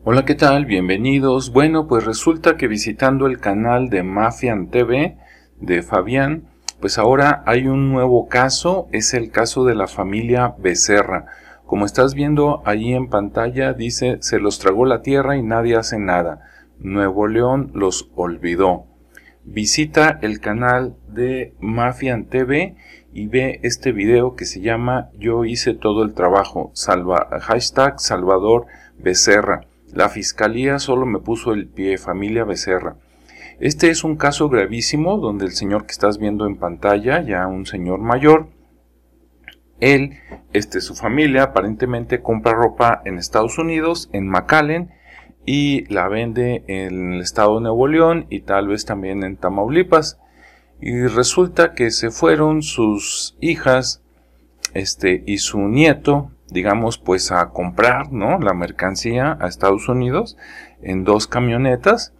Hola, ¿qué tal? Bienvenidos. Bueno, pues resulta que visitando el canal de Mafian TV de Fabián, pues ahora hay un nuevo caso, es el caso de la familia Becerra. Como estás viendo ahí en pantalla, dice, se los tragó la tierra y nadie hace nada. Nuevo León los olvidó. Visita el canal de Mafian TV y ve este video que se llama Yo hice todo el trabajo, hashtag Salvador Becerra. La fiscalía solo me puso el pie, familia Becerra. Este es un caso gravísimo donde el señor que estás viendo en pantalla, ya un señor mayor, él, su familia aparentemente compra ropa en Estados Unidos, en McAllen, y la vende en el estado de Nuevo León y tal vez también en Tamaulipas. Y resulta que se fueron sus hijas, y su nieto, digamos, pues a comprar, ¿no?, la mercancía a Estados Unidos en 2 camionetas,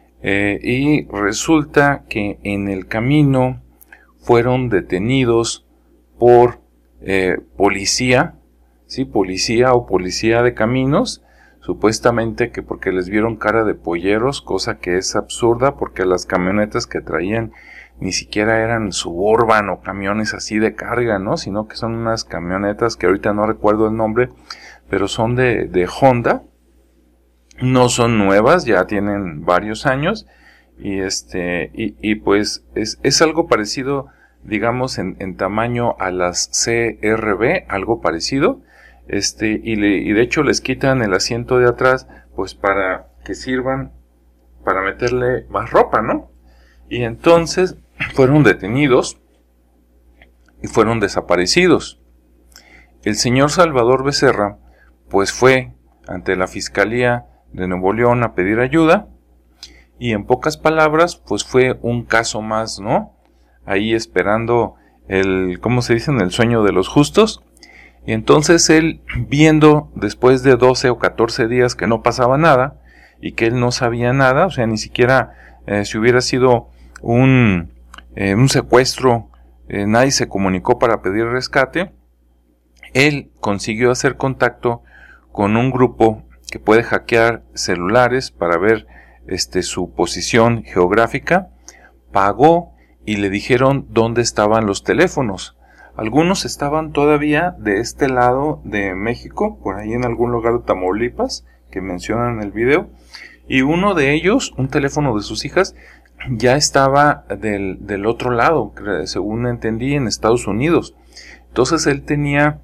y resulta que en el camino fueron detenidos por policía, ¿sí? Policía o policía de caminos, supuestamente que porque les vieron cara de polleros, cosa que es absurda porque las camionetas que traían ni siquiera eran Suburban o camiones así de carga, ¿no? Sino que son unas camionetas que ahorita no recuerdo el nombre, pero son de Honda. No son nuevas, ya tienen varios años. Y pues es algo parecido, digamos, en tamaño a las CRB, algo parecido. Y de hecho les quitan el asiento de atrás, pues para que sirvan para meterle más ropa, ¿no? Y entonces fueron detenidos y fueron desaparecidos. El señor Salvador Becerra pues fue ante la Fiscalía de Nuevo León a pedir ayuda y en pocas palabras pues fue un caso más, ¿no? Ahí esperando ¿cómo se dice? El sueño de los justos. Y entonces él, viendo después de 12 o 14 días que no pasaba nada y que él no sabía nada, o sea, ni siquiera si hubiera sido un secuestro, nadie se comunicó para pedir rescate, él consiguió hacer contacto con un grupo que puede hackear celulares para ver su posición geográfica, pagó y le dijeron dónde estaban los teléfonos. Algunos estaban todavía de este lado de México, por ahí en algún lugar de Tamaulipas, que mencionan en el video, y uno de ellos, un teléfono de sus hijas, ya estaba del otro lado, según entendí, en Estados Unidos. Entonces él tenía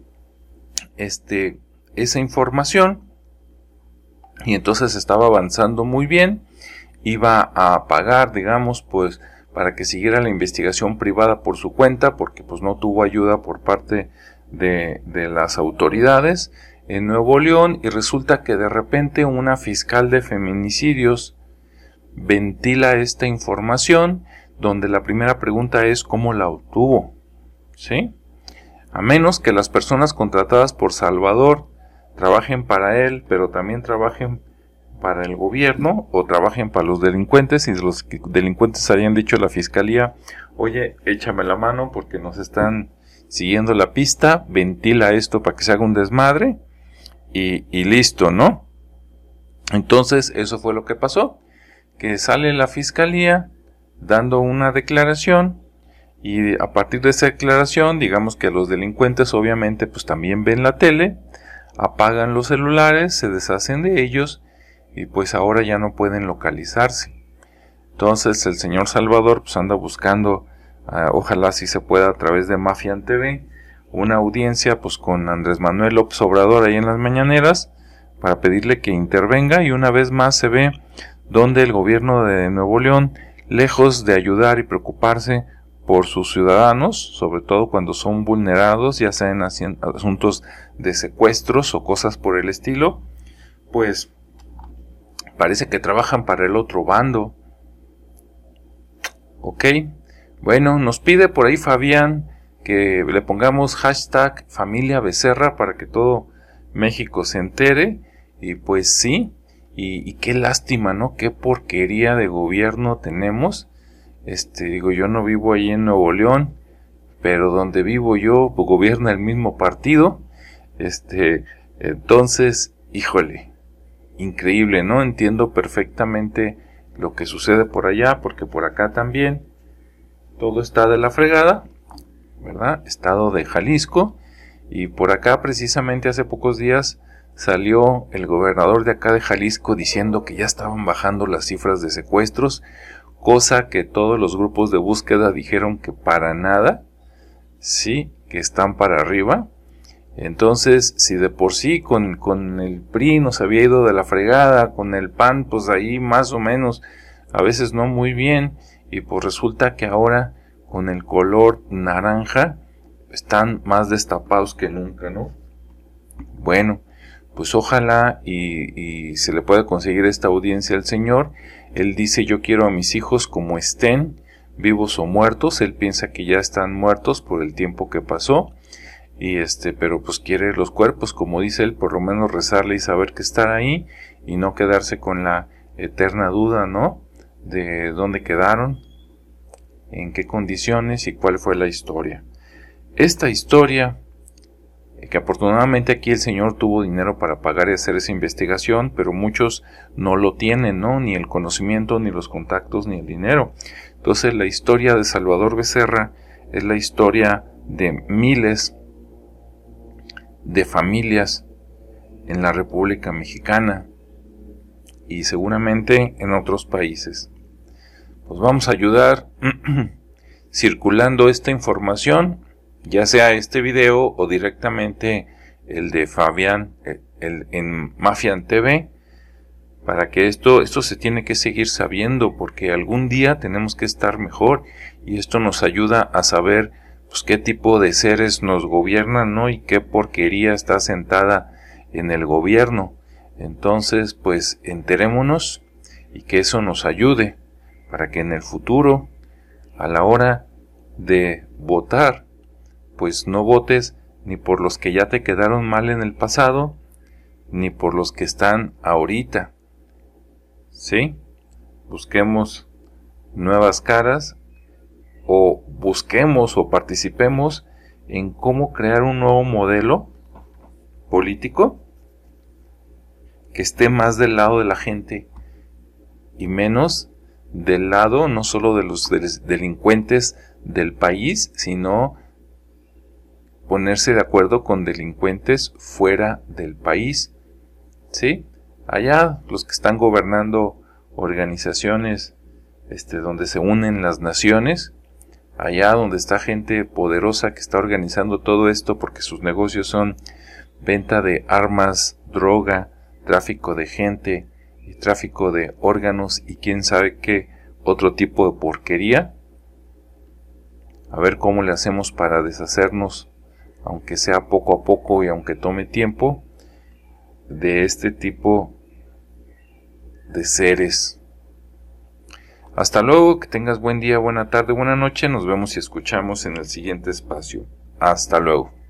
esa información y entonces estaba avanzando muy bien, iba a pagar, digamos, pues para que siguiera la investigación privada por su cuenta, porque pues no tuvo ayuda por parte de las autoridades en Nuevo León, y resulta que de repente una fiscal de feminicidios ventila esta información, donde la primera pregunta es ¿cómo la obtuvo? ¿Sí? A menos que las personas contratadas por Salvador trabajen para él, pero también trabajen para el gobierno o trabajen para los delincuentes, y los delincuentes hayan dicho a la fiscalía, oye, échame la mano porque nos están siguiendo la pista, ventila esto para que se haga un desmadre y listo, ¿no? Entonces eso fue lo que pasó, que sale la fiscalía dando una declaración, y a partir de esa declaración, digamos que los delincuentes obviamente pues también ven la tele, apagan los celulares, se deshacen de ellos, y pues ahora ya no pueden localizarse. Entonces el señor Salvador pues anda buscando, ojalá si se pueda a través de Mafian TV, una audiencia pues con Andrés Manuel López Obrador ahí en las mañaneras, para pedirle que intervenga, y una vez más se ve donde el gobierno de Nuevo León, lejos de ayudar y preocuparse por sus ciudadanos, sobre todo cuando son vulnerados, ya sean asuntos de secuestros o cosas por el estilo, pues parece que trabajan para el otro bando. Ok, bueno, nos pide por ahí Fabián que le pongamos hashtag familia Becerra para que todo México se entere, y pues sí, y qué lástima, ¿no? Qué porquería de gobierno tenemos. Digo, yo no vivo ahí en Nuevo León, pero donde vivo yo gobierna el mismo partido. Entonces, híjole, increíble, ¿no? Entiendo perfectamente lo que sucede por allá, porque por acá también todo está de la fregada, ¿verdad? Estado de Jalisco, y por acá precisamente hace pocos días salió el gobernador de acá de Jalisco diciendo que ya estaban bajando las cifras de secuestros, cosa que todos los grupos de búsqueda dijeron que para nada, sí, que están para arriba. Entonces, si de por sí con el PRI nos había ido de la fregada, con el PAN pues ahí más o menos, a veces no muy bien, y pues resulta que ahora con el color naranja están más destapados que nunca, ¿no? Bueno, pues ojalá y se le pueda conseguir esta audiencia al señor. Él dice: yo quiero a mis hijos como estén, vivos o muertos. Él piensa que ya están muertos por el tiempo que pasó, y pero pues quiere los cuerpos, como dice él, por lo menos rezarle y saber que están ahí, y no quedarse con la eterna duda, ¿no? De dónde quedaron, en qué condiciones y cuál fue la historia. Esta historia, que afortunadamente aquí el señor tuvo dinero para pagar y hacer esa investigación, pero muchos no lo tienen, ¿no? Ni el conocimiento, ni los contactos, ni el dinero. Entonces la historia de Salvador Becerra es la historia de miles de familias en la República Mexicana y seguramente en otros países. Pues vamos a ayudar circulando esta información, ya sea este video o directamente el de Fabián en Mafian TV, para que esto se tiene que seguir sabiendo, porque algún día tenemos que estar mejor, y esto nos ayuda a saber pues qué tipo de seres nos gobiernan, ¿no? Y qué porquería está sentada en el gobierno. Entonces, pues enterémonos y que eso nos ayude para que en el futuro, a la hora de votar, pues no votes ni por los que ya te quedaron mal en el pasado, ni por los que están ahorita. ¿Sí? Busquemos nuevas caras, o busquemos o participemos en cómo crear un nuevo modelo político que esté más del lado de la gente y menos del lado no solo de los delincuentes del país, sino ponerse de acuerdo con delincuentes fuera del país. ¿Sí? Allá los que están gobernando organizaciones donde se unen las naciones, allá donde está gente poderosa que está organizando todo esto porque sus negocios son venta de armas, droga, tráfico de gente y tráfico de órganos y quién sabe qué otro tipo de porquería. A ver cómo le hacemos para deshacernos, aunque sea poco a poco y aunque tome tiempo, de este tipo de seres. Hasta luego, que tengas buen día, buena tarde, buena noche. Nos vemos y escuchamos en el siguiente espacio. Hasta luego.